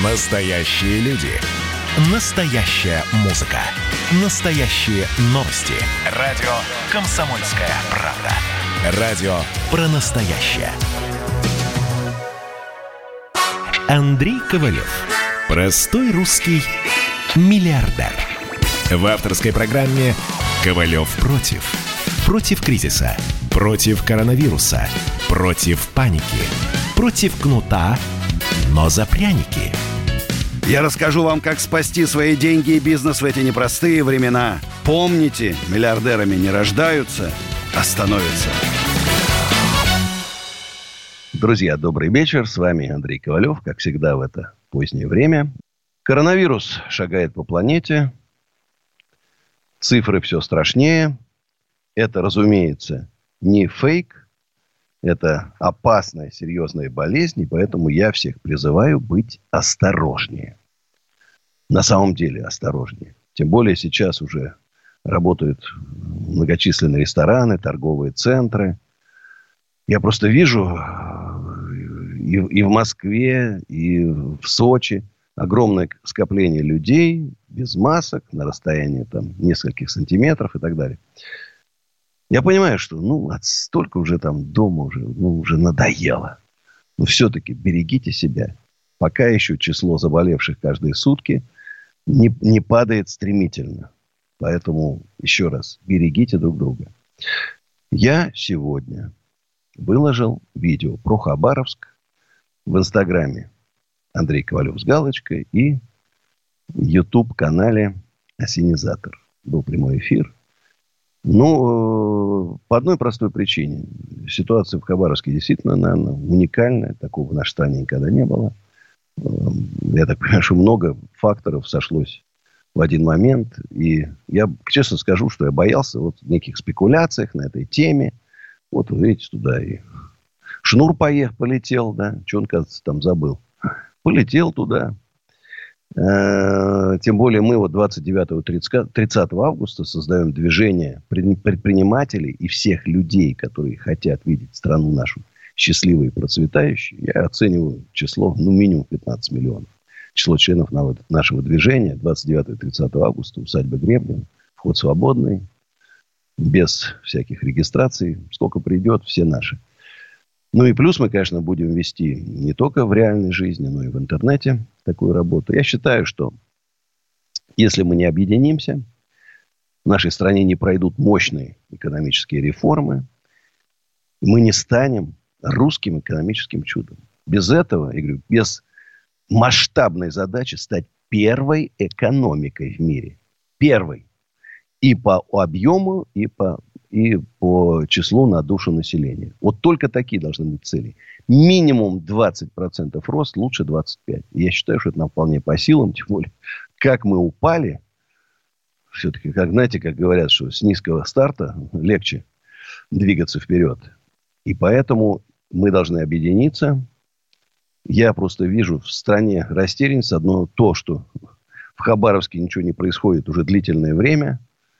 Настоящие люди. Настоящая музыка. Настоящие новости. Радио «Комсомольская правда». Радио про настоящее. Андрей Ковалев. Простой русский миллиардер. В авторской программе «Ковалев против». Против кризиса. Против коронавируса. Против паники. Против кнута, но за пряники. Я расскажу вам, как спасти свои деньги и бизнес в эти непростые времена. Помните, миллиардерами не рождаются, а становятся. Друзья, добрый вечер. С вами Андрей Ковалев, как всегда в это позднее время. Коронавирус шагает по планете. Цифры все страшнее. Это, разумеется, не фейк. Это опасная, серьезная болезнь, и поэтому я всех призываю быть осторожнее. На самом деле осторожнее. Тем более сейчас уже работают многочисленные рестораны, торговые центры. Я просто вижу и в Москве, и в Сочи огромное скопление людей без масок на расстоянии там нескольких сантиметров и так далее. Я понимаю, что столько уже там дома уже надоело. Но все-таки берегите себя. Пока еще число заболевших каждые сутки не падает стремительно. Поэтому еще раз, берегите друг друга. Я сегодня выложил видео про Хабаровск в Инстаграме Андрей Ковалев с галочкой и YouTube-канале «Осенизатор». Был прямой эфир. По одной простой причине. Ситуация в Хабаровске действительно, наверное, уникальная. Такого в нашей стране никогда не было. Я так понимаю, что много факторов сошлось в один момент. И я честно скажу, что я боялся неких спекуляциях на этой теме. Вот, вы видите, туда и Шнур полетел, да. Что он, кажется, там забыл. Полетел туда. Тем более мы 29-30 августа создаем движение предпринимателей и всех людей, которые хотят видеть страну нашу счастливой и процветающей. Я оцениваю число, минимум 15 миллионов. Число членов нашего движения 29-30 августа, усадьба Гребнева. Вход свободный, без всяких регистраций. Сколько придет, все наши. И плюс мы, конечно, будем вести не только в реальной жизни, но и в интернете такую работу. Я считаю, что если мы не объединимся, в нашей стране не пройдут мощные экономические реформы, мы не станем русским экономическим чудом. Без этого, я говорю, без масштабной задачи стать первой экономикой в мире. Первой. И по объему, и по числу на душу населения. Вот только такие должны быть цели. Минимум 20% рост, лучше 25%. И я считаю, что это нам вполне по силам. Тем более, как мы упали, все-таки, как говорят, что с низкого старта легче двигаться вперед. И поэтому мы должны объединиться. Я просто вижу в стране растерянность. Одно то, что в Хабаровске ничего не происходит уже длительное время.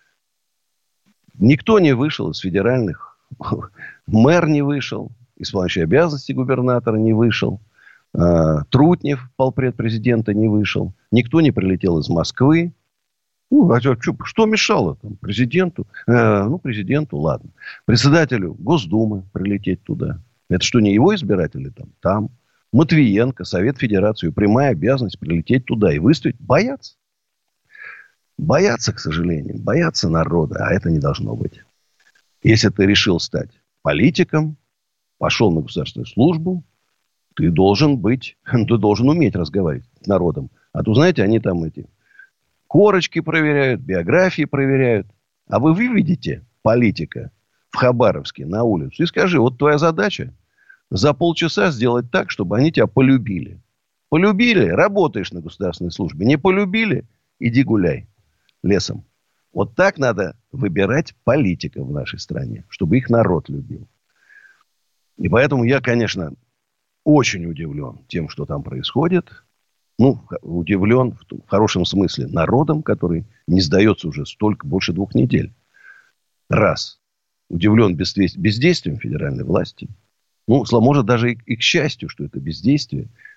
Никто не вышел из федеральных. Мэр не вышел. Исполняющий обязанности губернатора не вышел. Трутнев, полпред президента, не вышел. Никто не прилетел из Москвы. Что мешало там президенту? Президенту, ладно. Председателю Госдумы прилететь туда. Это что, не его избиратели там? Там. Матвиенко, Совет Федерации. Прямая обязанность прилететь туда и выставить. Боятся. Боятся, к сожалению. Боятся народа. А это не должно быть. Если ты решил стать политиком, пошел на государственную службу, ты должен уметь разговаривать с народом. А то, знаете, они там корочки проверяют, биографии проверяют. А вы выведите политика в Хабаровске на улицу и скажи, вот твоя задача за полчаса сделать так, чтобы они тебя полюбили. Полюбили, работаешь на государственной службе. Не полюбили, иди гуляй лесом. Вот так надо выбирать политиков в нашей стране, чтобы их народ любил. И поэтому я, конечно, очень удивлен тем, что там происходит. Удивлен в хорошем смысле народом, который не сдается уже больше 2 недель. Раз. Удивлен бездействием федеральной власти. Может, даже и к счастью, что это бездействие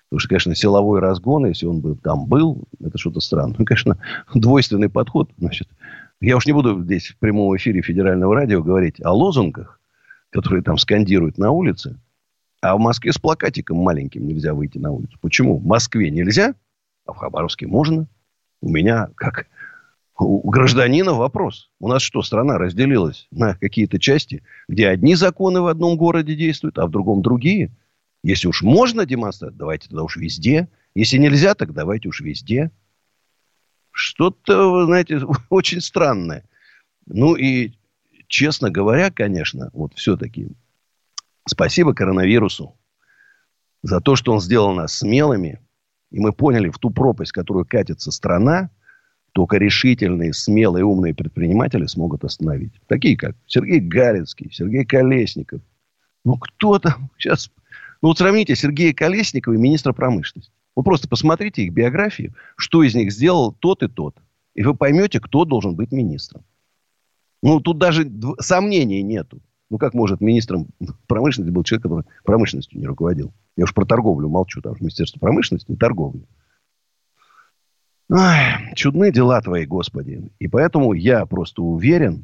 Потому что, конечно, силовой разгон, если он бы там был, это что-то странное. Ну, конечно, двойственный подход. Значит, я уж не буду здесь в прямом эфире федерального радио говорить о лозунгах, которые там скандируют на улице. А в Москве с плакатиком маленьким нельзя выйти на улицу. Почему? В Москве нельзя, а в Хабаровске можно. У меня, как у гражданина, вопрос. У нас что, страна разделилась на какие-то части, где одни законы в одном городе действуют, а в другом другие? Если уж можно демонстрировать, давайте тогда уж везде. Если нельзя, так давайте уж везде. Что-то, вы знаете, очень странное. Ну и, честно говоря, конечно, вот все-таки спасибо коронавирусу за то, что он сделал нас смелыми. И мы поняли, в ту пропасть, в которую катится страна, только решительные, смелые, умные предприниматели смогут остановить. Такие, как Сергей Галицкий, Сергей Колесников. Ну, кто там сейчас... Ну, вот сравните Сергея Колесникова и министра промышленности. Вы просто посмотрите их биографию, что из них сделал тот и тот. И вы поймете, кто должен быть министром. Ну, тут даже сомнений нету. Ну, как может министром промышленности был человек, который промышленностью не руководил? Я уж про торговлю молчу. Там же Министерство промышленности и торговли. Ай, чудны дела твои, Господи. И поэтому я просто уверен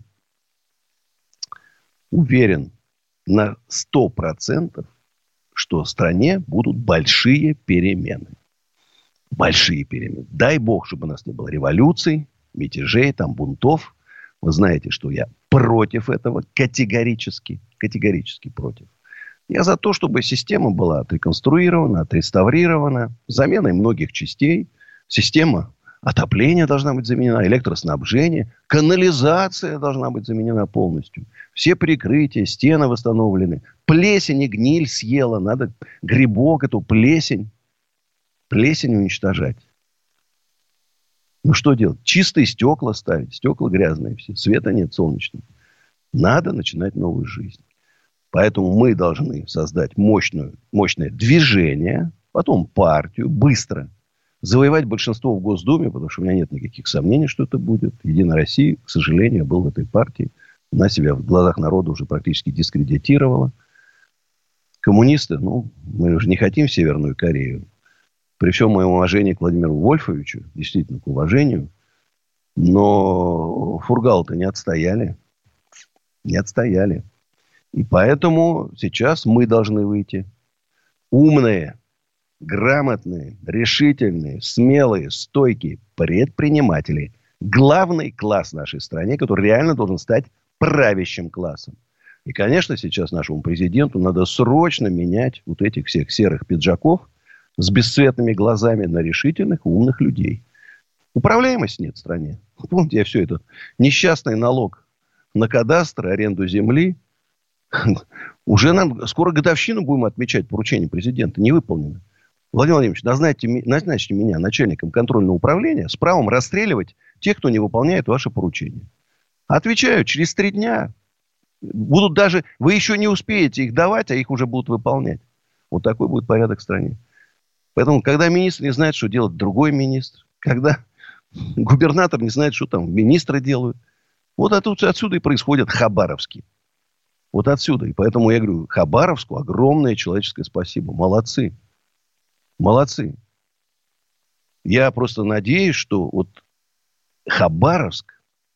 на 100%, что в стране будут большие перемены. Большие перемены. Дай бог, чтобы у нас не было революций, мятежей, там, бунтов. Вы знаете, что я против этого категорически. Категорически против. Я за то, чтобы система была отреконструирована, отреставрирована, заменой многих частей. Система отопления должна быть заменена, электроснабжение, канализация должна быть заменена полностью. Все прикрытия, стены восстановлены. Плесень и гниль съела. Надо грибок, эту плесень уничтожать. Ну, что делать? Чистые стекла ставить. Стекла грязные все. Света нет солнечного. Надо начинать новую жизнь. Поэтому мы должны создать мощное движение, потом партию, быстро завоевать большинство в Госдуме, потому что у меня нет никаких сомнений, что это будет. Единая Россия, к сожалению, был в этой партии. Она себя в глазах народа уже практически дискредитировала. Коммунисты, мы уже не хотим Северную Корею. При всем моем уважении к Владимиру Вольфовичу, действительно к уважению, но Фургал-то не отстояли. Не отстояли. И поэтому сейчас мы должны выйти. Умные, грамотные, решительные, смелые, стойкие предприниматели. Главный класс в нашей стране, который реально должен стать правящим классом. И, конечно, сейчас нашему президенту надо срочно менять вот этих всех серых пиджаков с бесцветными глазами на решительных, умных людей. Управляемости нет в стране. Помните, я все это. Несчастный налог на кадастр, аренду земли. Уже нам скоро годовщину будем отмечать поручение президента. Не выполнено. Владимир Владимирович, назначьте меня начальником контрольного управления с правом расстреливать тех, кто не выполняет ваши поручения. Отвечаю, через 3 дня будут даже... Вы еще не успеете их давать, а их уже будут выполнять. Вот такой будет порядок в стране. Поэтому, когда министр не знает, что делать другой министр, когда губернатор не знает, что там министры делают, вот отсюда и происходят хабаровские. Вот отсюда. И поэтому я говорю, Хабаровску огромное человеческое спасибо. Молодцы. Молодцы. Я просто надеюсь, что вот Хабаровск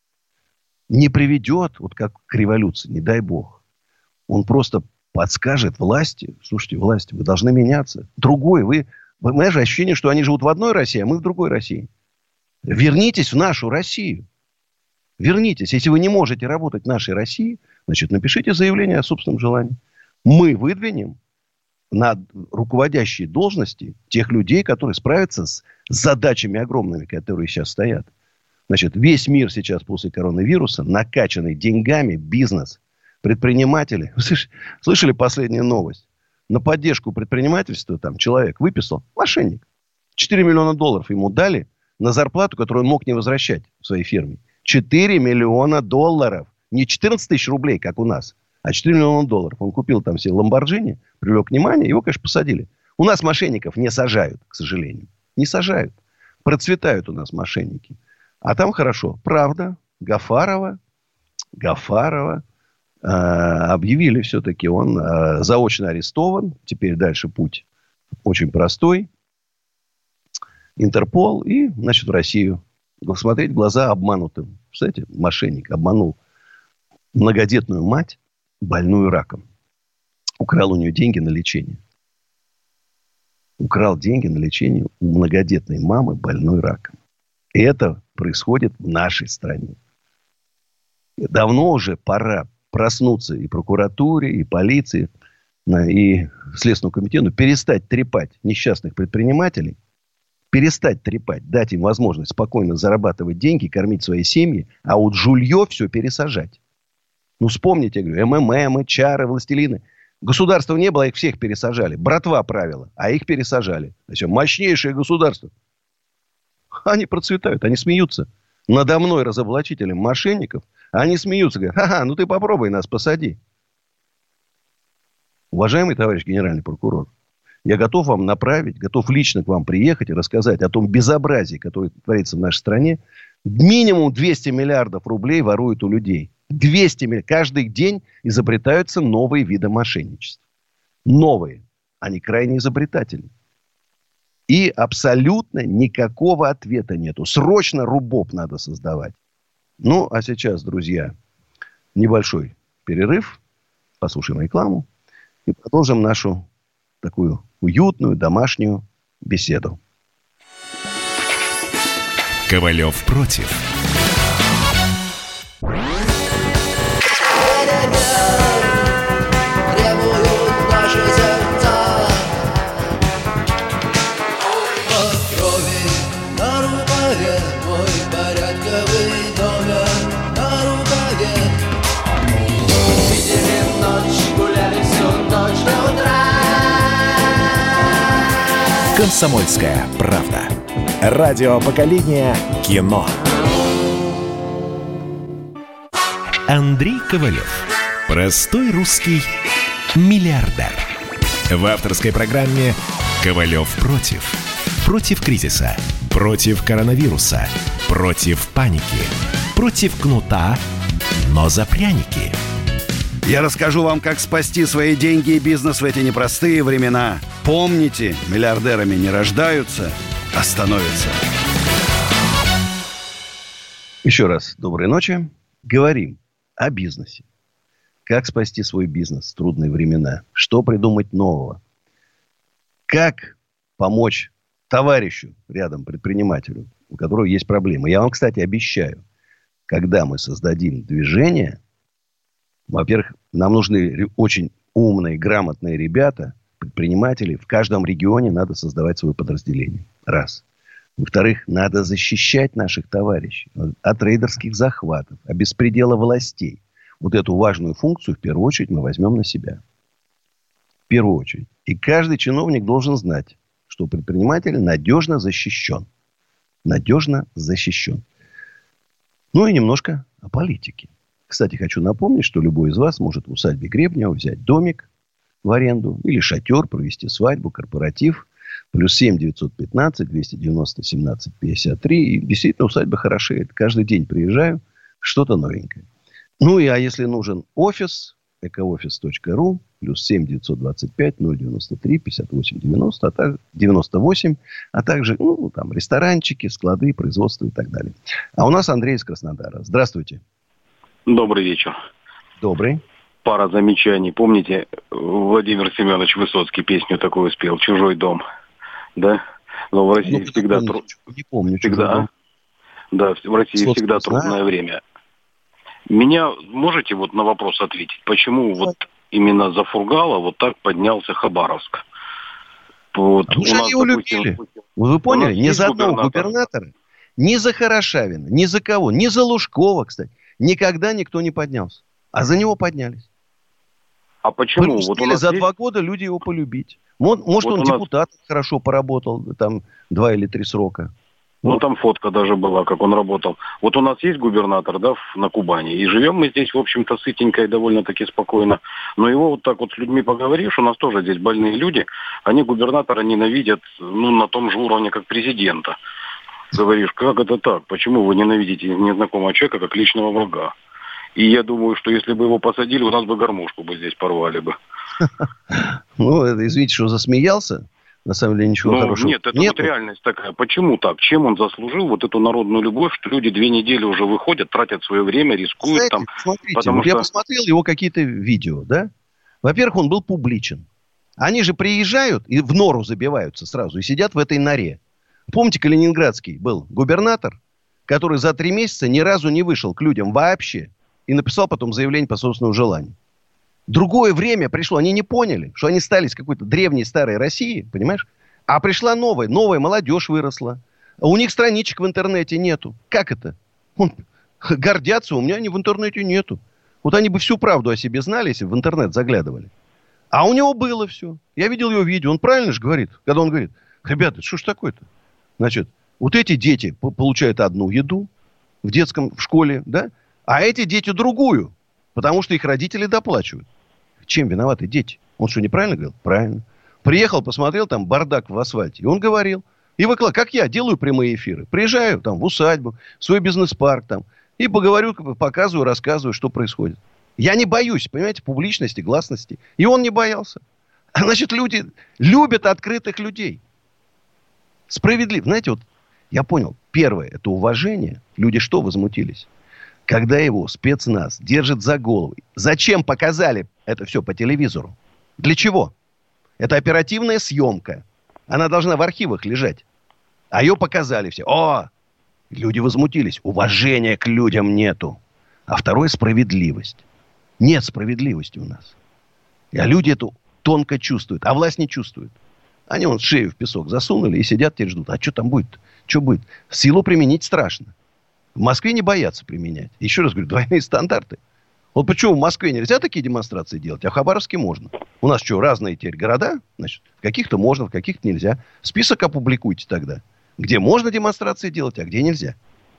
не приведет, вот как к революции, не дай бог. Он просто подскажет власти, слушайте, власти, вы должны меняться. Другой, вы знаете, ощущение, что они живут в одной России, а мы в другой России. Вернитесь в нашу Россию. Вернитесь. Если вы не можете работать в нашей России, значит, напишите заявление о собственном желании. Мы выдвинем на руководящие должности тех людей, которые справятся с задачами огромными, которые сейчас стоят. Значит, весь мир сейчас после коронавируса накачанный деньгами, бизнес, предприниматели. Слышали последнюю новость? На поддержку предпринимательства там человек выписал, мошенник. $4 миллиона ему дали на зарплату, которую он мог не возвращать в своей фирме. $4 миллиона. Не 14 тысяч рублей, как у нас, а $4 миллиона. Он купил там себе Ламборджини, привлек внимание, его, конечно, посадили. У нас мошенников не сажают, к сожалению. Не сажают. Процветают у нас мошенники. А там хорошо. Правда, Гафарова объявили все-таки, он заочно арестован. Теперь дальше путь очень простой. Интерпол и, значит, в Россию. Смотреть в глаза обманутым. Кстати, мошенник обманул многодетную мать, больную раком. Украл у нее деньги на лечение. Украл деньги на лечение у многодетной мамы, больной раком. И это происходит в нашей стране. Давно уже пора проснуться и прокуратуре, и полиции, и Следственному комитету, перестать трепать несчастных предпринимателей, перестать трепать, дать им возможность спокойно зарабатывать деньги, кормить свои семьи, а вот жулье все пересажать. Ну, вспомните, я говорю, МММ, чары, властелины. Государства не было, их всех пересажали. Братва правила, а их пересажали. Значит, мощнейшее государство. Они процветают, они смеются. Надо мной, разоблачителем мошенников, они смеются, говорят, ха-ха, ну ты попробуй нас посади. Уважаемый товарищ генеральный прокурор, я готов вам направить, готов лично к вам приехать и рассказать о том безобразии, которое творится в нашей стране. Минимум 200 миллиардов рублей воруют у людей. 200 миллиардов. Каждый день изобретаются новые виды мошенничества. Новые. Они крайне изобретательны. И абсолютно никакого ответа нету. Срочно РУБОП надо создавать. Ну, а сейчас, друзья, небольшой перерыв. Послушаем рекламу. И продолжим нашу такую уютную домашнюю беседу. Ковалев против. «Комсомольская правда». Радио поколения кино. Андрей Ковалев. Простой русский миллиардер. В авторской программе «Ковалев против». Против кризиса. Против коронавируса. Против паники. Против кнута, но за пряники. Я расскажу вам, как спасти свои деньги и бизнес в эти непростые времена. Помните, миллиардерами не рождаются, а становятся. Еще раз доброй ночи. Говорим о бизнесе. Как спасти свой бизнес в трудные времена? Что придумать нового? Как помочь товарищу рядом, предпринимателю, у которого есть проблемы? Я вам, кстати, обещаю, когда мы создадим движение, во-первых, нам нужны очень умные, грамотные ребята, предприниматели. В каждом регионе надо создавать свое подразделение. Раз. Во-вторых, надо защищать наших товарищей от рейдерских захватов, от беспредела властей. Вот эту важную функцию, в первую очередь, мы возьмем на себя. В первую очередь. И каждый чиновник должен знать, что предприниматель надежно защищен. Надежно защищен. Ну и немножко о политике. Кстати, хочу напомнить, что любой из вас может в усадьбе Гребнева взять домик в аренду или шатер, провести свадьбу, корпоратив. Плюс 7 915 290 17 53. И действительно усадьба хорошеет. Каждый день приезжаю, что-то новенькое. Ну и а если нужен офис, экоофис.ру, плюс 7 925 093 58 90, а также 98, а также там ресторанчики, склады, производство и так далее. А у нас Андрей из Краснодара. Здравствуйте. Добрый вечер. Добрый. Пара замечаний. Помните, Владимир Семенович Высоцкий песню такую спел «Чужой дом»? Да? Но в России всегда... Не помню. Всегда, да, в России Высоцкий всегда трудное время. Меня можете вот на вопрос ответить? Почему вот именно за Фургала вот так поднялся Хабаровск? Вот у нас его любили. Вы поняли? Ни за одного губернатора, ни за Хорошавина, ни за кого, ни за Лужкова, кстати. Никогда никто не поднялся. А за него поднялись. А почему? Вот у нас за 2 года люди его полюбить. Может, вот он депутат хорошо поработал, там 2 или 3 срока. Ну, там фотка даже была, как он работал. Вот у нас есть губернатор, да, на Кубани. И живем мы здесь, в общем-то, сытенько и довольно-таки спокойно. Но его вот так вот с людьми поговоришь, у нас тоже здесь больные люди. Они губернатора ненавидят, на том же уровне, как президента. Говоришь, как это так? Почему вы ненавидите незнакомого человека как личного врага? И я думаю, что если бы его посадили, у нас бы гармошку бы здесь порвали бы. Ну, извините, что засмеялся. на самом деле ничего хорошего нет, это вот реальность такая. Почему так? Чем он заслужил вот эту народную любовь, что люди 2 недели уже выходят, тратят свое время, рискуют? Знаете, там? Смотрите, Потому что... я посмотрел его какие-то видео, да? Во-первых, он был публичен. Они же приезжают и в нору забиваются сразу и сидят в этой норе. Помните, калининградский был губернатор, который за 3 месяца ни разу не вышел к людям вообще и написал потом заявление по собственному желанию. Другое время пришло. Они не поняли, что они стали из какой-то древней старой России, понимаешь? А пришла новая молодежь выросла. А у них страничек в интернете нету. Как это? Гордятся, у меня в интернете нету. Вот они бы всю правду о себе знали, если бы в интернет заглядывали. А у него было все. Я видел его видео. Он правильно же говорит, когда он говорит: ребята, что ж такое-то? Значит, вот эти дети получают одну еду в школе, да? А эти дети другую, потому что их родители доплачивают. Чем виноваты дети? Он что, неправильно говорил? Правильно. Приехал, посмотрел, там бардак в асфальте. И он говорил. И выкладывал, как я делаю прямые эфиры. Приезжаю там в усадьбу, в свой бизнес-парк там. И поговорю, показываю, рассказываю, что происходит. Я не боюсь, понимаете, публичности, гласности. И он не боялся. Значит, люди любят открытых людей. Справедливо. Знаете, вот я понял. Первое, это уважение. Люди что возмутились? Когда его спецназ держит за голову. Зачем показали это все по телевизору? Для чего? Это оперативная съемка. Она должна в архивах лежать. А ее показали все. Люди возмутились. Уважения к людям нету. А второе, справедливость. Нет справедливости у нас. А люди эту тонко чувствуют. А власть не чувствует. Они шею в песок засунули и сидят теперь ждут. А что там будет? Что будет? Силу применить страшно. В Москве не боятся применять. Еще раз говорю, двойные стандарты. Вот почему в Москве нельзя такие демонстрации делать, а в Хабаровске можно? У нас что, разные теперь города? Значит, в каких-то можно, в каких-то нельзя. Список опубликуйте тогда. Где можно демонстрации делать, а где нельзя.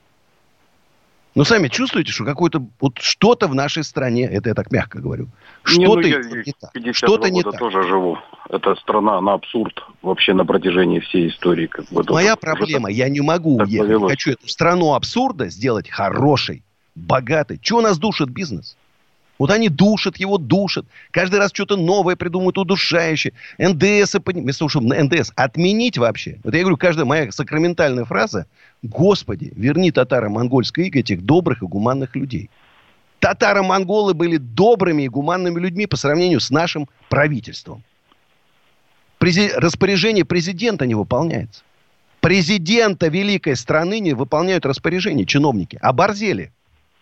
Ну, сами чувствуете, что какое-то вот что-то в нашей стране, это я так мягко говорю, что-то не так. 52 Что-то не года так. тоже живу. Эта страна, она абсурд вообще на протяжении всей истории. Моя проблема, я не могу уехать. Я хочу эту страну абсурда сделать хорошей, богатой. Чего нас душит бизнес? Вот они душат его, душат. Каждый раз что-то новое придумывают, удушающее. НДС, вместо того, чтобы НДС отменить вообще. Вот я говорю, каждая моя сакраментальная фраза: Господи, верни татаро-монгольское иго этих добрых и гуманных людей. Татаро-монголы были добрыми и гуманными людьми по сравнению с нашим правительством. Распоряжение президента не выполняется. Президента великой страны не выполняют распоряжения чиновники. Оборзели.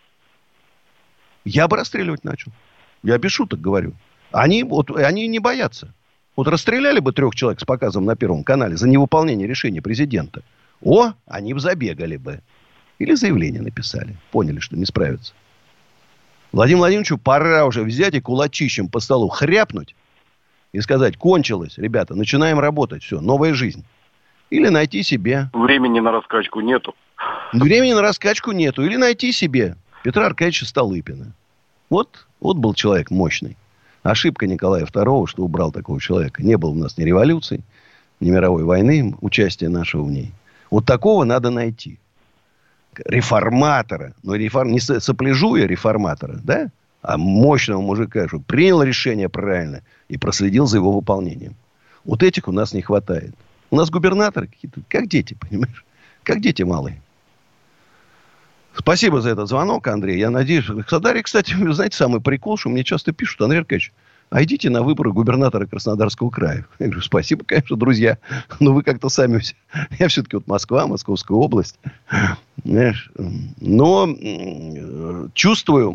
Я бы расстреливать начал. Я без шуток говорю. Они не боятся. Вот расстреляли бы 3 человек с показом на Первом канале за невыполнение решения президента. Они бы забегали бы. Или заявление написали. Поняли, что не справятся. Владимиру Владимировичу пора уже взять и кулачищем по столу хряпнуть и сказать: кончилось, ребята, начинаем работать. Все, новая жизнь. Или найти себе... Времени на раскачку нету. Времени на раскачку нету. Или найти себе Петра Аркадьевича Столыпина. Вот был человек мощный. Ошибка Николая II, что убрал такого человека. Не было у нас ни революции, ни мировой войны, участия нашего в ней. Вот такого надо найти. Реформатора. Но не сопляжуя реформатора, да? А мощного мужика, что принял решение правильно и проследил за его выполнением. Вот этих у нас не хватает. У нас губернаторы какие-то, как дети, понимаешь? Как дети малые. Спасибо за этот звонок, Андрей. Я надеюсь... В Краснодаре, кстати, вы знаете, самый прикол, что мне часто пишут: Андрей Аркадьевич, а идите на выборы губернатора Краснодарского края. Я говорю: спасибо, конечно, друзья. Но вы как-то сами... Я все-таки вот Москва, Московская область. Знаешь, но чувствую,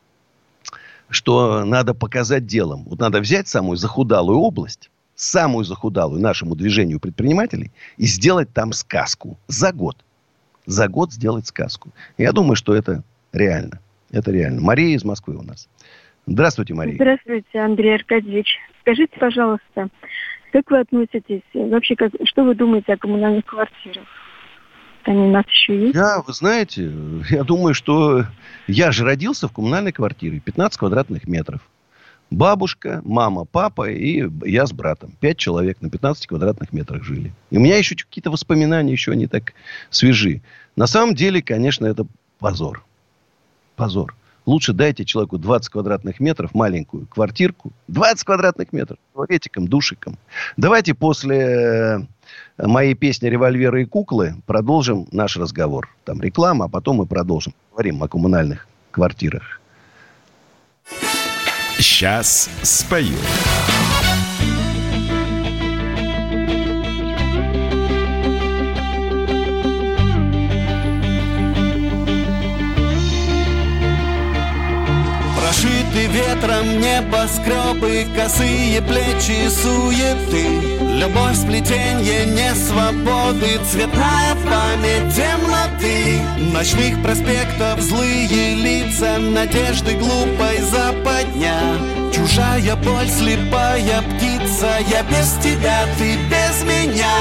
что надо показать делом. Вот надо взять самую захудалую область, самую захудалую нашему движению предпринимателей, и сделать там сказку за год. За год сделать сказку. Я думаю, что это реально. Это реально. Мария из Москвы у нас. Здравствуйте, Мария. Здравствуйте, Андрей Аркадьевич. Скажите, пожалуйста, как вы относитесь, вообще, что вы думаете о коммунальных квартирах? Они у нас еще есть? Вы знаете, я думаю, что я же родился в коммунальной квартире. 15 квадратных метров. Бабушка, мама, папа и я с братом. 5 человек на 15 квадратных метрах жили. И у меня еще какие-то воспоминания, еще не так свежи. На самом деле, конечно, это позор. Позор. Лучше дайте человеку 20 квадратных метров, маленькую квартирку. 20 квадратных метров. Туалетиком, душиком. Давайте после моей песни «Револьверы и куклы» продолжим наш разговор. Там реклама, а потом мы продолжим. Говорим о коммунальных квартирах. Сейчас спою. Прошиты ветром небоскребы, косые плечи суеты, любовь, сплетенье несвободы, цветная память темноты, ночных проспектов злые лица, надежды глупой западня, чужая боль, слепая птица, я без тебя, ты без меня.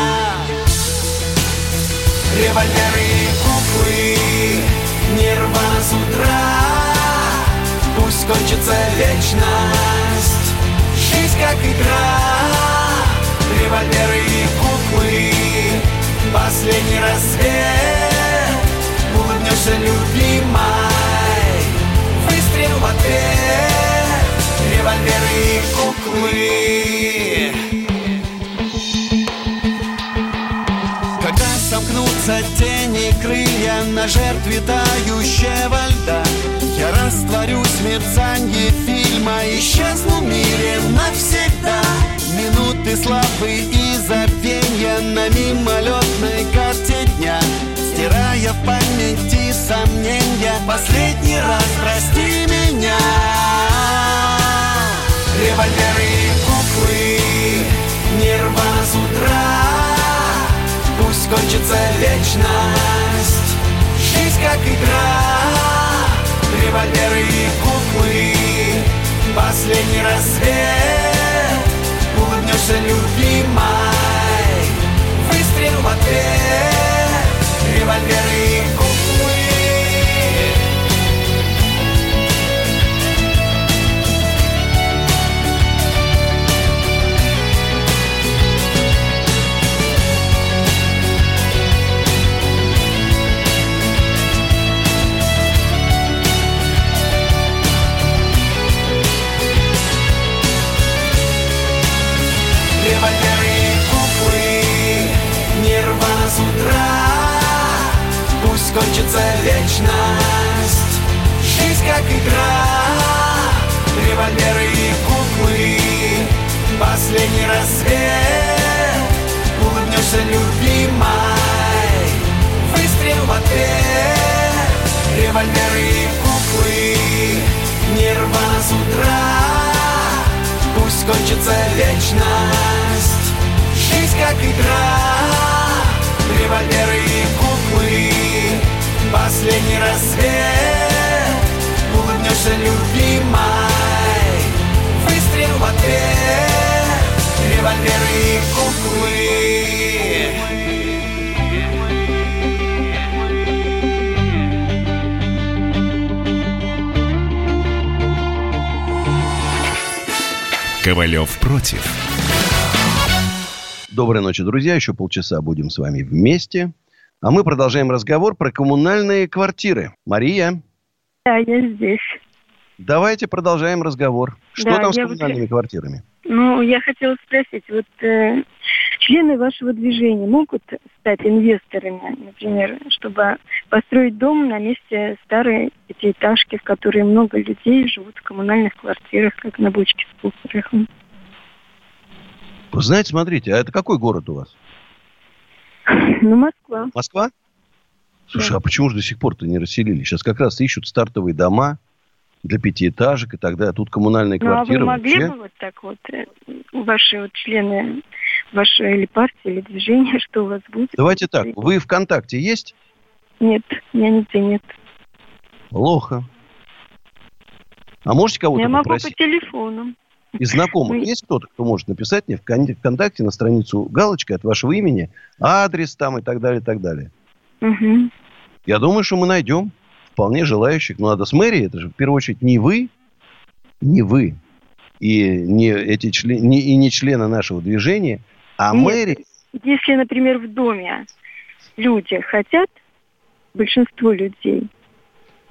Револьверы и куклы, нирвана с утра, пусть кончится вечность, жизнь как игра. Револьверы и куклы, последний рассвет, улыбнешься, любимой, выстрел в ответ. Револьверы и куклы. Когда сомкнутся тени крылья на жертве тающего льда, я растворюсь в мерцанье фильма, исчезну в мире навсегда. Минуты славы и забвенья на мимолетной карте дня, стирая в памяти сомнения, последний раз прости меня. Револьверы и куклы, нирвана с утра, пусть кончится вечность, жизнь как игра. Револьверы и куклы, последний рассвет, улыбнешься, любимой, выстрел в ответ. Револьверы и куклы. Револьверы и куклы, нирвана с утра, пусть кончится вечность, жизнь как игра. Револьверы и куклы, последний рассвет, улыбнешься, любимой, выстрел в ответ. Револьверы и куклы, нирвана с утра, пусть кончится вечность, жизнь как игра. Револьверы и куклы, последний рассвет, улыбнешься, любимой, выстрел в ответ. Револьверы и куклы. Ковалев против. Доброй ночи, друзья. Еще полчаса будем с вами вместе. А мы продолжаем разговор про коммунальные квартиры. Мария? Да, я здесь. Давайте продолжаем разговор. Что Да, там с я коммунальными квартирами? Ну, я хотела спросить, вот члены вашего движения могут стать инвесторами, например, чтобы построить дом на месте старой пятиэтажки, в которой много людей живут в коммунальных квартирах, как на бочке с пустырем? Вы знаете, смотрите, а это какой город у вас? Ну, Москва. Москва? Слушай, Да. а почему же до сих пор-то не расселили? Сейчас как раз ищут стартовые дома для пятиэтажек и так далее. Тут коммунальные Ну, а вы квартиры могли вообще. бы вот так вот, ваши вот члены вашей или партии, или движения, что у вас будет? Давайте так, вы ВКонтакте есть? Нет, меня нигде нет. Плохо. А можете кого-то Я могу попросить? по телефону. Из знакомых Ну, есть кто-то, кто может написать мне ВКонтакте на страницу галочкой от вашего имени, адрес там и так далее, и так далее. Угу. Я думаю, что мы найдем вполне желающих. Но надо с мэрией, это же в первую очередь не вы, и не эти не члены нашего движения, а Нет. мэрия. Если, например, в доме люди хотят, большинство людей,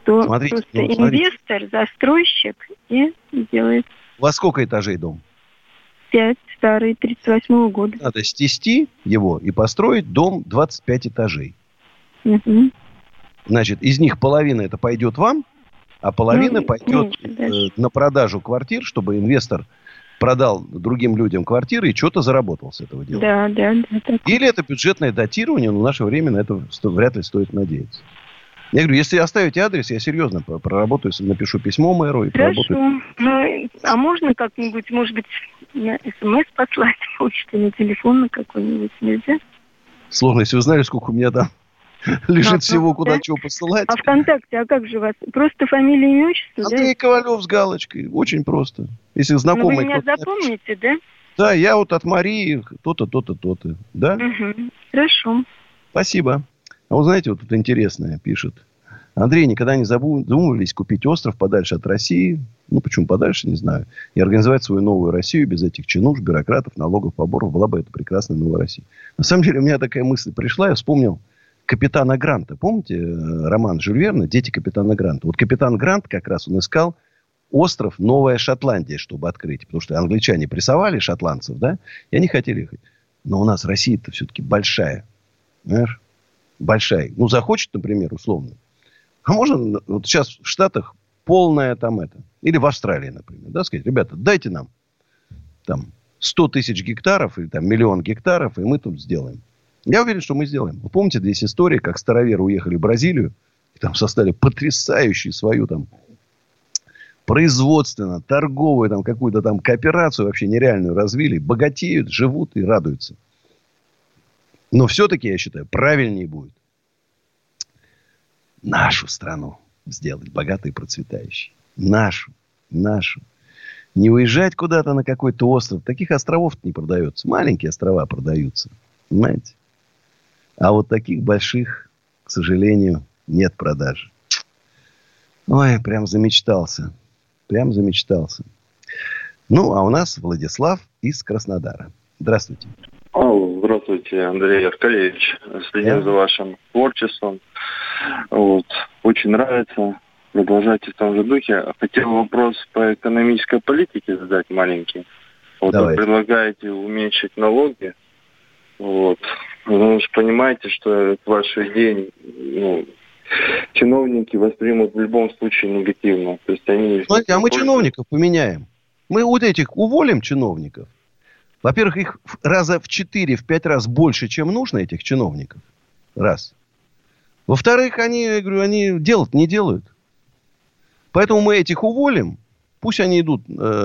что Смотрите, просто ну, смотрите. инвестор, застройщик и делает У вас сколько этажей дом? 5 старый, 38-го года. Надо снести его и построить дом 25 этажей. Мгм. Значит, из них половина это пойдет вам, а половина Ну, пойдет меньше даже. на продажу квартир, чтобы инвестор продал другим людям квартиры и что-то заработал с этого дела. Да. Так. Или это бюджетное датирование, но в наше время на это вряд ли стоит надеяться. Я говорю, если оставите адрес, я серьезно проработаю, напишу письмо мэру и проработаю. Хорошо. Ну, а можно как-нибудь, может быть, на СМС послать, почту, на телефон на какой-нибудь нельзя? Сложно, если вы знали, сколько у меня там лежит Ну, всего, куда да. чего посылать. А ВКонтакте, а как же вас? Просто фамилия, имя, отчество, да? Андрей Ковалев с галочкой. Очень просто. Если Ну, знакомый вы меня кто-то... запомните, да? Да, я вот от Марии то-то, то-то, то-то. Да? Угу. Хорошо. Спасибо. А вот знаете, вот тут интересное пишет. Андрей, никогда не задумывались купить остров подальше от России? Ну, почему подальше, не знаю. И организовать свою новую Россию без этих чинуш, бюрократов, налогов, поборов. Была бы это прекрасная новая Россия. На самом деле, у меня такая мысль пришла. Я вспомнил капитана Гранта. Помните роман Жюль Верна «Дети капитана Гранта»? Вот капитан Грант как раз он искал остров Новая Шотландия, чтобы открыть. Потому что англичане прессовали шотландцев, да? И они хотели ехать. Но у нас Россия-то все-таки большая. Понимаешь? Большая. Ну, захочет, например, условно. А можно вот сейчас в Штатах полная там это. Или в Австралии, например. Да, сказать, ребята, дайте нам там 100 тысяч гектаров или там 1 миллион гектаров, и мы тут сделаем. Я уверен, что мы сделаем. Вы помните, здесь история, как староверы уехали в Бразилию, и там создали потрясающую свою там производственно, торговую там какую-то там кооперацию вообще нереальную развили. Богатеют, живут и радуются. Но все-таки, я считаю, правильнее будет нашу страну сделать богатой и процветающей. Нашу. Не уезжать куда-то на какой-то остров. Таких островов не продается. Маленькие острова продаются. Понимаете? А вот таких больших, к сожалению, нет продажи. Ой, прям замечтался. Ну, а у нас Владислав из Краснодара. Здравствуйте. Здравствуйте, Андрей Аркадьевич. Следим за вашим творчеством. Вот. Очень нравится. Продолжайте в том же духе. Хотел вопрос по экономической политике задать маленький. Вот вы предлагаете уменьшить налоги. Вот. Вы же понимаете, что ваши идеи чиновники воспримут в любом случае негативно. То есть они... Смотрите, а мы чиновников поменяем. Мы вот этих уволим чиновников. Во-первых, их раза в 4-5 раз больше, чем нужно, этих чиновников. Раз. Во-вторых, они делать не делают. Поэтому мы этих уволим. Пусть они идут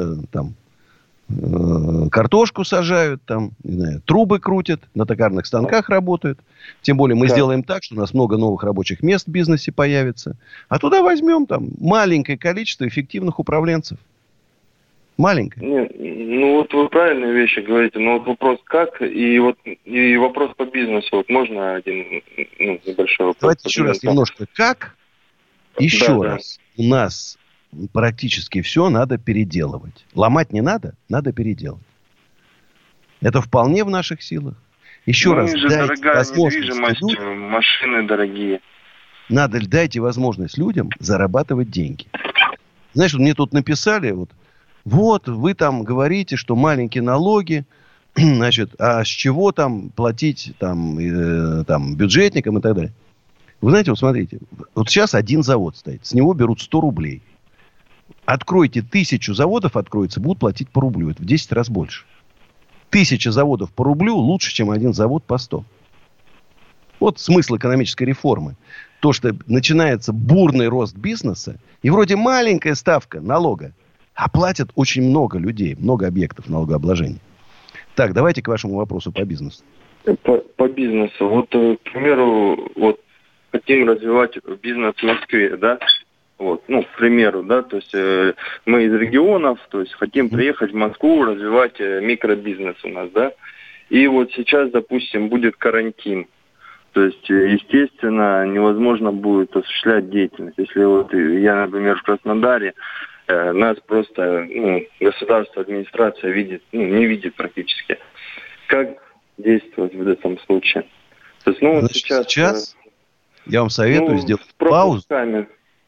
картошку сажают, там, не знаю, трубы крутят, на токарных станках работают. Тем более мы сделаем так, что у нас много новых рабочих мест в бизнесе появится. А туда возьмем там маленькое количество эффективных управленцев. Маленькое. Нет, вот вы правильные вещи говорите, но вот вопрос как, и вопрос по бизнесу. Вот можно один небольшой вопрос? Давайте еще раз немножко как. Еще раз. У нас практически все надо переделывать. Ломать не надо, надо переделать. Это вполне в наших силах. Еще раз, дайте возможность людям, машины дорогие. Дайте возможность людям зарабатывать деньги. Знаешь, мне тут написали, вот, вы там говорите, что маленькие налоги, значит, а с чего там платить там бюджетникам и так далее. Вы знаете, вот смотрите, вот сейчас один завод стоит, с него берут 100 рублей. Откройте 1000 заводов, будут платить по рублю. Это в 10 раз больше. 1000 заводов по рублю лучше, чем один завод по 100. Вот смысл экономической реформы. То, что начинается бурный рост бизнеса, и вроде маленькая ставка налога, а платят очень много людей, много объектов налогообложения. Так, давайте к вашему вопросу по бизнесу. По бизнесу. Вот, к примеру, хотим развивать бизнес в Москве, да? Вот, к примеру, да, то есть мы из регионов, то есть хотим приехать в Москву, развивать микробизнес у нас, да? И вот сейчас, допустим, будет карантин. То есть, естественно, невозможно будет осуществлять деятельность. Если я, например, в Краснодаре, нас просто государство, администрация не видит практически. Как действовать в этом случае? То есть, сейчас я вам советую сделать паузу.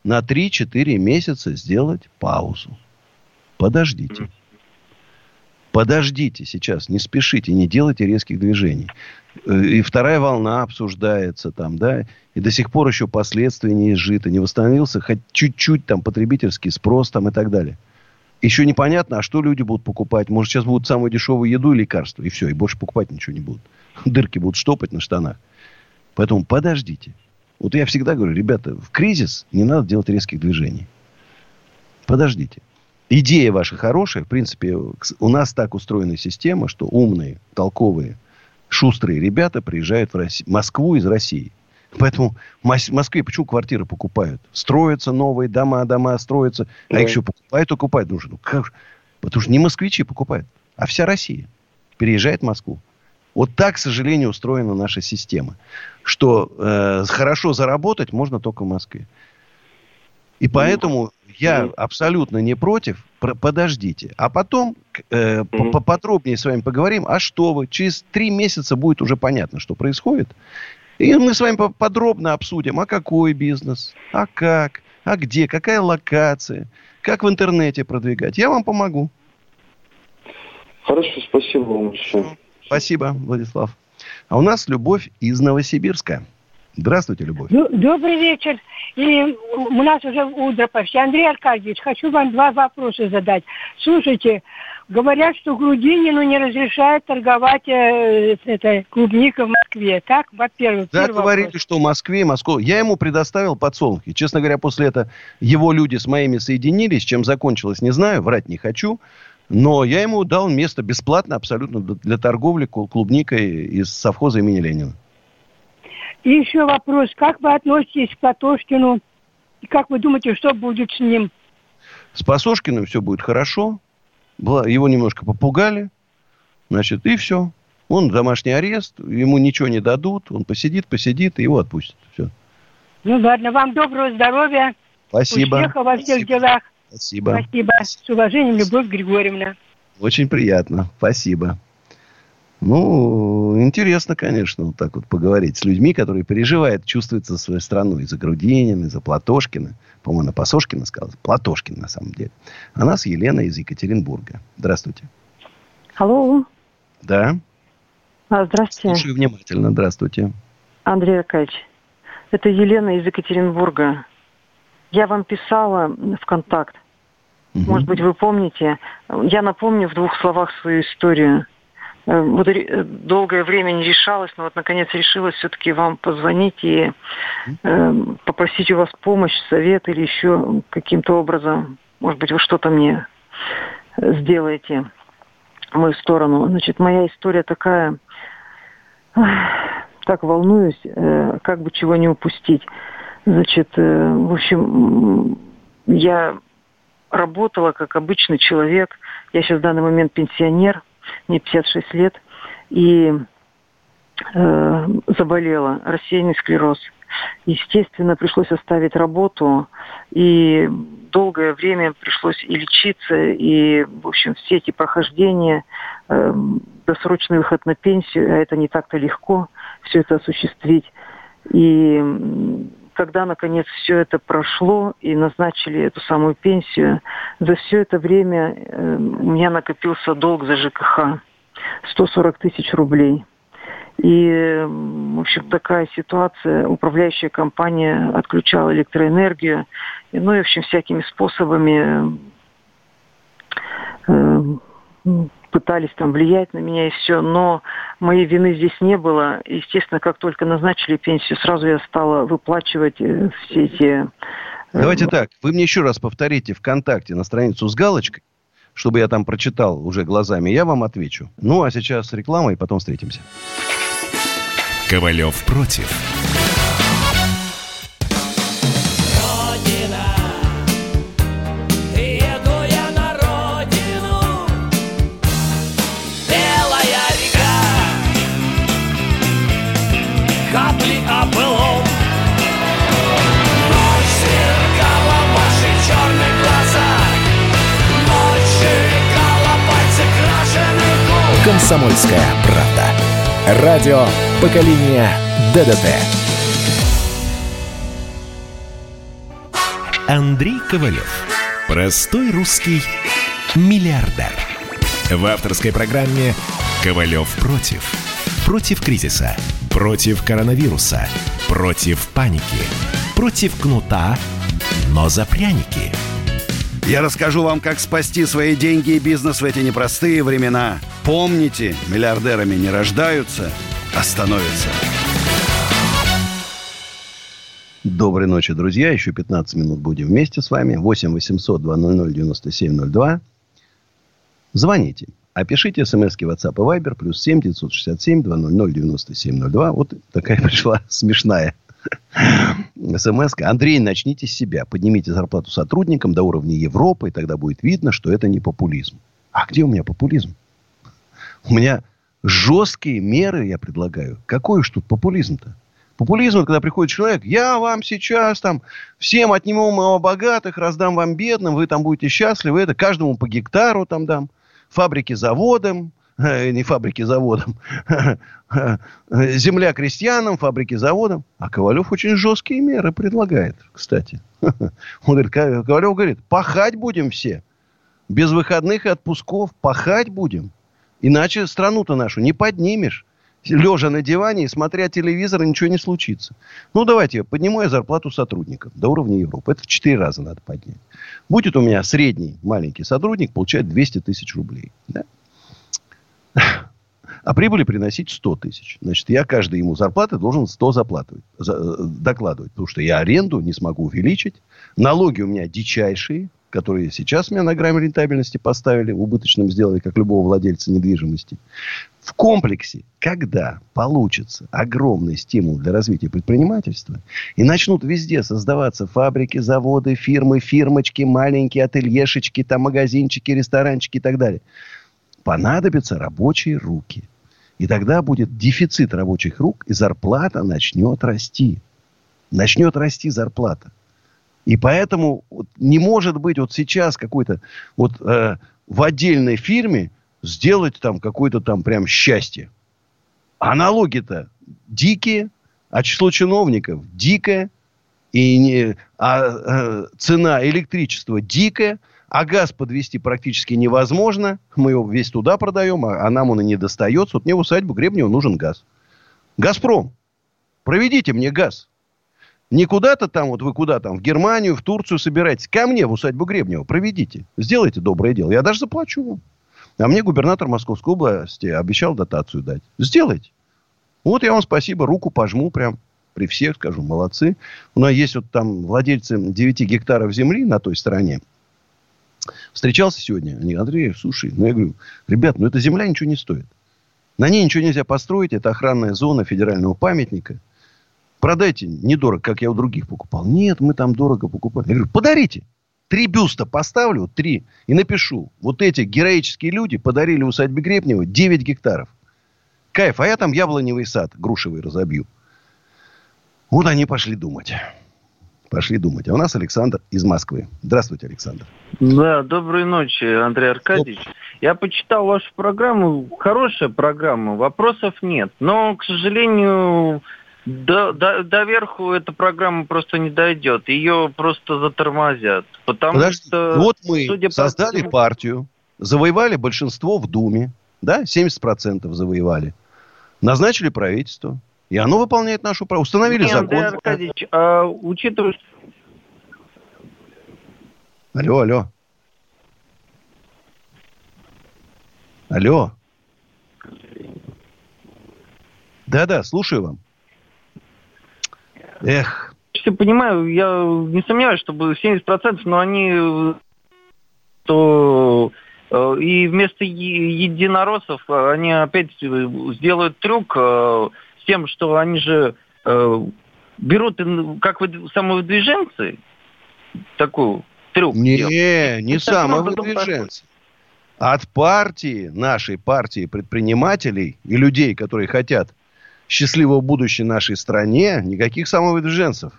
на 3-4 месяца сделать паузу. Подождите. Подождите сейчас, не спешите, не делайте резких движений. И вторая волна обсуждается там, да, и до сих пор еще последствия не изжиты, не восстановился хоть чуть-чуть там потребительский спрос там и так далее. Еще непонятно, а что люди будут покупать. Может, сейчас будут самую дешевую еду и лекарства, и все, и больше покупать ничего не будут. Дырки будут штопать на штанах. Поэтому подождите. Вот я всегда говорю, ребята, в кризис не надо делать резких движений. Подождите. Идея ваша хорошая. В принципе, у нас так устроена система, что умные, толковые, шустрые ребята приезжают в Москву из России. Поэтому в Москве почему квартиры покупают? Строятся новые дома строятся. А их еще покупают. Ну как же? Потому что не москвичи покупают, а вся Россия переезжает в Москву. Вот так, к сожалению, устроена наша система. Что хорошо заработать можно только в Москве. И поэтому я абсолютно не против. Подождите. А потом поподробнее с вами поговорим. А что вы? Через 3 месяца будет уже понятно, что происходит. И мы с вами подробно обсудим, а какой бизнес, а как, а где, какая локация, как в интернете продвигать. Я вам помогу. Хорошо, спасибо вам большое. Спасибо, Владислав. А у нас Любовь из Новосибирска. Здравствуйте, Любовь. Добрый вечер. И у нас уже утро почти. Андрей Аркадьевич, хочу вам 2 вопроса задать. Слушайте, говорят, что Грудинину не разрешают торговать клубникой в Москве. Так, во-первых. Да, говорили, что в Москве, Я ему предоставил подсолнухи. Честно говоря, после этого его люди с моими соединились. Чем закончилось, не знаю. Врать не хочу. Но я ему дал место бесплатно абсолютно для торговли клубникой из совхоза имени Ленина. И еще вопрос. Как вы относитесь к Платошкину? И как вы думаете, что будет с ним? С Платошкиным все будет хорошо. Его немножко попугали. Значит, и все. Он домашний арест. Ему ничего не дадут. Он посидит, и его отпустят. Все. Ну ладно. Вам доброго здоровья. Спасибо. Успеха во всех делах. Спасибо. С уважением, Любовь Григорьевна. Очень приятно. Спасибо. Ну, интересно, конечно, вот так вот поговорить с людьми, которые переживают, чувствуют за свою страну. И за Грудинина, и за Платошкина. По-моему, она Пасошкина сказала. Платошкин, на самом деле. А нас Елена из Екатеринбурга. Здравствуйте. Алло. Да. Здравствуйте. Слушаю внимательно. Здравствуйте. Андрей Аркадьевич. Это Елена из Екатеринбурга. Я вам писала в контакт. Может быть, вы помните. Я напомню в 2 словах свою историю. Вот долгое время не решалась, но вот наконец решилась все-таки вам позвонить и попросить у вас помощь, совет или еще каким-то образом, может быть, вы что-то мне сделаете в мою сторону. Значит, моя история такая, так волнуюсь, как бы чего не упустить. Значит, в общем, я работала как обычный человек, я сейчас в данный момент пенсионер, мне 56 лет, и заболела, рассеянный склероз. Естественно, пришлось оставить работу, и долгое время пришлось и лечиться, и, в общем, все эти прохождения, досрочный выход на пенсию, а это не так-то легко, все это осуществить. И когда, наконец, все это прошло и назначили эту самую пенсию, за все это время у меня накопился долг за ЖКХ. 140 тысяч рублей. И, в общем, такая ситуация. Управляющая компания отключала электроэнергию. Ну и, в общем, всякими способами пытались там влиять на меня и все. Но моей вины здесь не было. Естественно, как только назначили пенсию, сразу я стала выплачивать все эти... Давайте так. Вы мне еще раз повторите ВКонтакте на страницу с галочкой, чтобы я там прочитал уже глазами. Я вам отвечу. Ну, а сейчас реклама, и потом встретимся. Ковалев против. «Комсомольская правда». Радио поколения ДДТ. Андрей Ковалев. Простой русский миллиардер. В авторской программе «Ковалев против». Против кризиса, против коронавируса, против паники, против кнута, но за пряники. Я расскажу вам, как спасти свои деньги и бизнес в эти непростые времена. Помните, миллиардерами не рождаются, а становятся. Доброй ночи, друзья. Еще 15 минут будем вместе с вами. 8 800 200 9702. Звоните. А пишите смски WhatsApp и Viber. +7 967 200 9702. Вот такая пришла смешная смс-ка. Андрей, начните с себя. Поднимите зарплату сотрудникам до уровня Европы, и тогда будет видно, что это не популизм. А где у меня популизм? У меня жесткие меры я предлагаю. Какой уж тут популизм-то? Популизм, когда приходит человек, я вам сейчас там всем отниму у богатых, раздам вам бедным, вы там будете счастливы, это каждому по гектару там дам, фабрики заводам, не фабрики заводам, земля крестьянам, фабрики заводам. А Ковалев очень жесткие меры предлагает, кстати. Он говорит, Ковалев говорит, пахать будем все, без выходных и отпусков, пахать будем, иначе страну-то нашу не поднимешь. Лежа на диване и смотря телевизор, ничего не случится. Ну, давайте, подниму я зарплату сотрудников до уровня Европы. Это в 4 раза надо поднять. Будет у меня средний маленький сотрудник получать 200 тысяч рублей. Да? А прибыли приносить 100 тысяч. Значит, я каждой ему зарплаты должен 100 докладывать. Потому что я аренду не смогу увеличить. Налоги у меня дичайшие, которые сейчас меня на грани рентабельности поставили, убыточным сделали, как любого владельца недвижимости. В комплексе, когда получится огромный стимул для развития предпринимательства, и начнут везде создаваться фабрики, заводы, фирмы, фирмочки, маленькие ательешечки, там магазинчики, ресторанчики и так далее, понадобятся рабочие руки. И тогда будет дефицит рабочих рук, и зарплата начнет расти. Начнет расти зарплата. И поэтому не может быть вот сейчас какой-то вот в отдельной фирме сделать там какое-то там прям счастье. А налоги-то дикие, а число чиновников дикое, и цена электричества дикая, а газ подвести практически невозможно. Мы его весь туда продаем, а нам он и не достается. Вот мне в усадьбу Гребнева нужен газ. «Газпром, проведите мне газ». Не куда-то там, вот вы куда там, в Германию, в Турцию собираетесь. Ко мне в усадьбу Гребнева проведите. Сделайте доброе дело. Я даже заплачу вам. А мне губернатор Московской области обещал дотацию дать. Сделайте. Вот я вам спасибо, руку пожму прям при всех, скажу, молодцы. У нас есть вот там владельцы 9 гектаров земли на той стороне. Встречался сегодня. Они, Андрей, слушай, я говорю, ребят, эта земля ничего не стоит. На ней ничего нельзя построить. Это охранная зона федерального памятника. Продайте недорого, как я у других покупал. Нет, мы там дорого покупали. Я говорю, подарите. 3 бюста поставлю, 3, и напишу. Вот эти героические люди подарили усадьбе Гребнева 9 гектаров. Кайф, а я там яблоневый сад грушевый разобью. Вот они пошли думать. Пошли думать. А у нас Александр из Москвы. Здравствуйте, Александр. Да, доброй ночи, Андрей Аркадьевич. Я почитал вашу программу. Хорошая программа, вопросов нет. Но, к сожалению, до верху эта программа просто не дойдет. Ее просто затормозят. Потому что... Вот мы создали партию, завоевали большинство в Думе. Да, 70% завоевали. Назначили правительство. И оно выполняет нашу программу. Установили закон. Андрей Аркадьевич, учитывая... Алло. Да, слушаю вам. Эх. Я понимаю, я не сомневаюсь, что будет 70%, но они... то и вместо единороссов они опять сделают трюк с тем, что они же берут как самовыдвиженцы такую трюк. Не самовыдвиженцы. От партии, нашей партии предпринимателей и людей, которые хотят счастливого будущего нашей стране, никаких самовыдвиженцев.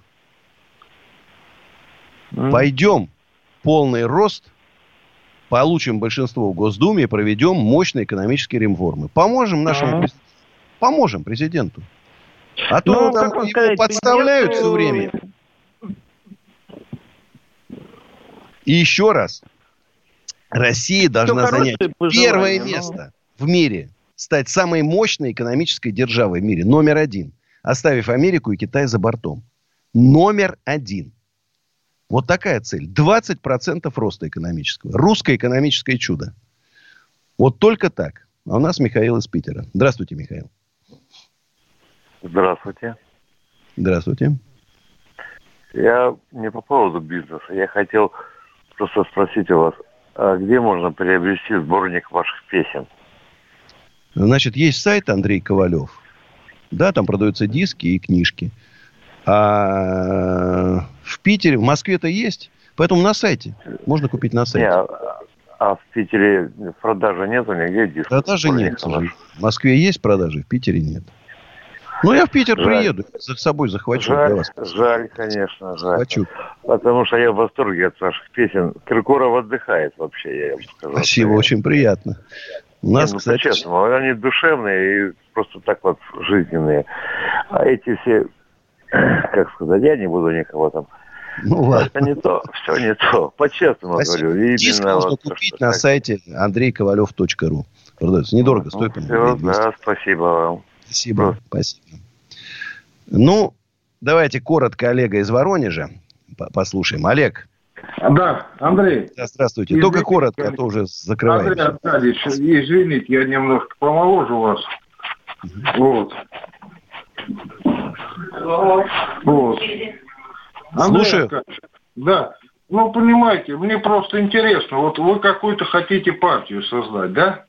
Пойдем полный рост, получим большинство в Госдуме и проведем мощные экономические реформы. Поможем нашему президенту. А то там его подставляют все время. И еще раз, Россия должна занять первое место в мире, стать самой мощной экономической державой в мире, номер 1, оставив Америку и Китай за бортом. Номер 1. Вот такая цель. 20% роста экономического. Русское экономическое чудо. Вот только так. А у нас Михаил из Питера. Здравствуйте, Михаил. Здравствуйте. Здравствуйте. Я не по поводу бизнеса. Я хотел просто спросить у вас, а где можно приобрести сборник ваших песен? Значит, есть сайт Андрей Ковалев. Да, там продаются диски и книжки. А в Питере, в Москве-то есть. Поэтому на сайте. Можно купить на сайте. А в Питере продажи нету нигде дисков? Продажи нет, к сожалению. В Москве есть продажи, в Питере нет. Ну, я в Питер приеду, с собой захвачу. Жаль, конечно, жаль. Захвачу. Потому что я в восторге от ваших песен. Киркоров отдыхает вообще, я вам скажу. Спасибо, очень приятно. У нас, кстати... По-честному, они душевные и просто так вот жизненные. А эти все, как сказать, я не буду никого там... Ну, ладно. Это не то, все не то. По-честному говорю. Диск можно купить на сайте andreykovalев.ru. Продается недорого, стоит. Да, спасибо вам. Спасибо. Ну, давайте коротко Олега из Воронежа послушаем. Олег. Да, Андрей. Да, здравствуйте. Извините, только коротко, а то уже закрываем. Андрей Аркадьевич, извините, я немножко помоложе вас. Вот. Слушаю. Да. Ну, понимаете, мне просто интересно. Вот вы какую-то хотите партию создать, да?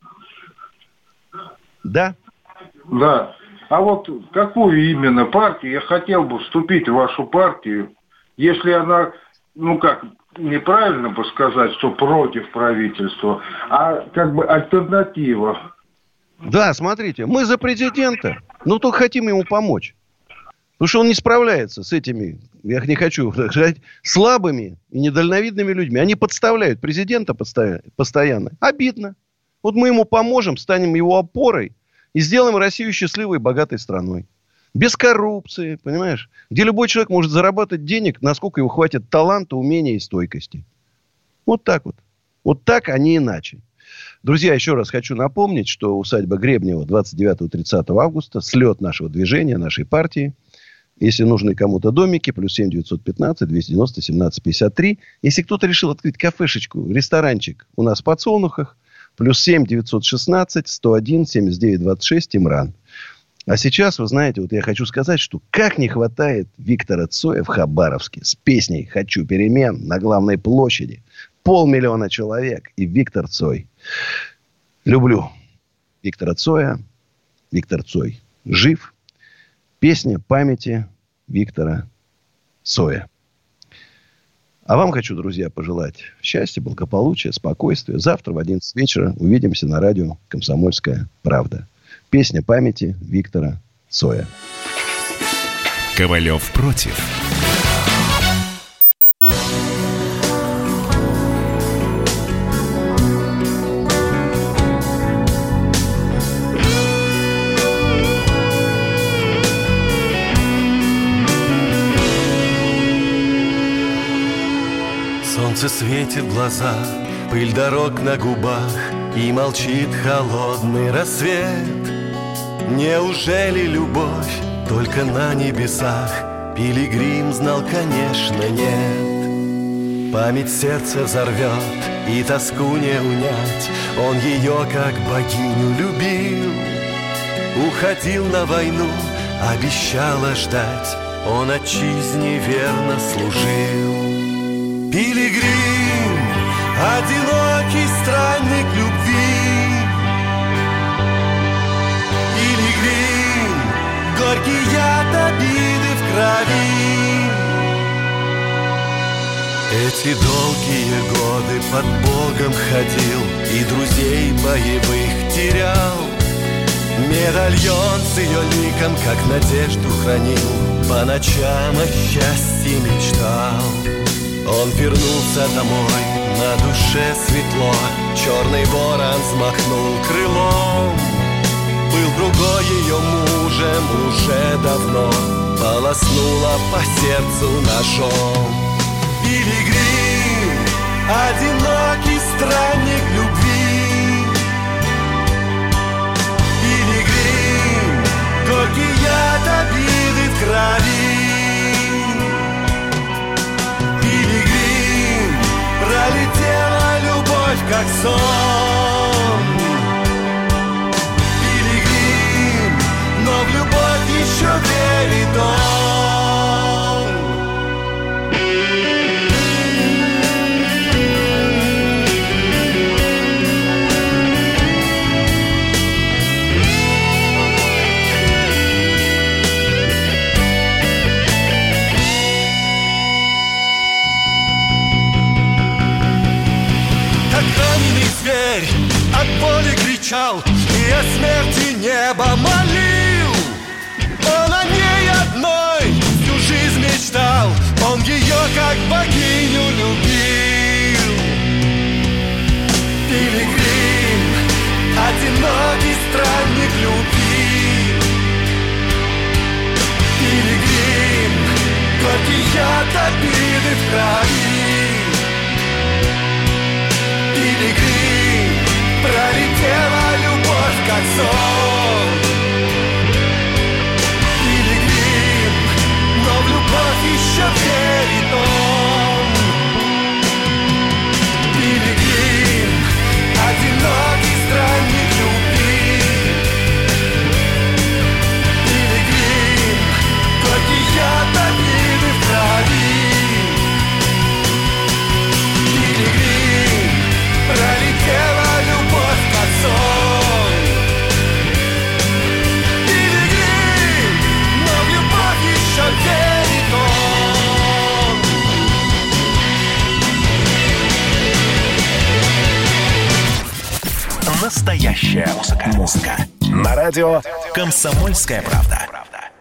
Да. Да. А вот какую именно партию я хотел бы вступить в вашу партию, если она, ну как, неправильно бы сказать, что против правительства, а как бы альтернатива. Да, смотрите, мы за президента, но только хотим ему помочь. Потому что он не справляется с этими, я не хочу сказать, слабыми и недальновидными людьми. Они подставляют президента постоянно. Обидно. Вот мы ему поможем, станем его опорой и сделаем Россию счастливой и богатой страной. Без коррупции, понимаешь? Где любой человек может зарабатывать денег, насколько его хватит таланта, умения и стойкости. Вот так вот. Вот так, а не иначе. Друзья, еще раз хочу напомнить, что усадьба Гребнева 29-30 августа, слет нашего движения, нашей партии. Если нужны кому-то домики, плюс 7 915 290 17 53. Если кто-то решил открыть кафешечку, ресторанчик у нас в Подсолнухах, плюс 7 916 101 79 26 Тимран. А сейчас, вы знаете, вот я хочу сказать, что как не хватает Виктора Цоя в Хабаровске с песней «Хочу перемен» на главной площади. 500 000 человек и Виктор Цой. Люблю Виктора Цоя. Виктор Цой жив. Песня памяти Виктора Цоя. А вам хочу, друзья, пожелать счастья, благополучия, спокойствия. Завтра в 11 вечера увидимся на радио «Комсомольская правда». Песня памяти Виктора Цоя. Ковалев против. Солнце светит в глаза, пыль дорог на губах, и молчит холодный рассвет. Неужели любовь только на небесах? Пилигрим знал, конечно, нет. Память сердце взорвет, и тоску не унять. Он ее как богиню любил. Уходил на войну, обещала ждать. Он отчизне верно служил. Пилигрим, одинокий странник любви. Пилигрим, горький яд обиды в крови. Эти долгие годы под Богом ходил и друзей боевых терял. Медальон с ее ликом, как надежду хранил, по ночам о счастье мечтал. Он вернулся домой, на душе светло, черный ворон взмахнул крылом. Был другой ее мужем уже давно, полоснула по сердцу ножом. Пилигрим, одинокий странник любви. Пилигрим, горький яд обиды в крови. Пилигрим, пролетела любовь, как сон. Пилигрим, но в любовь еще верит он. Как раненый зверь от боли кричал и о смерти небо молил. Он о ней одной всю жизнь мечтал, он ее как богиню любил. Пилигрим, одинокий странник любви. Пилигрим, горький яд обиды в крови. Пилигрим, пролетела любовь, как сон. Пилигрим, но в любовь еще верит он. Пилигрим, одинокий странник любви. Пилигрим, горький яд обиды в крови. Пилигрим, пролетела любовь, как сон. Пилигрим, но в любовь еще верит он. Настоящая музыка. На радио «Комсомольская правда».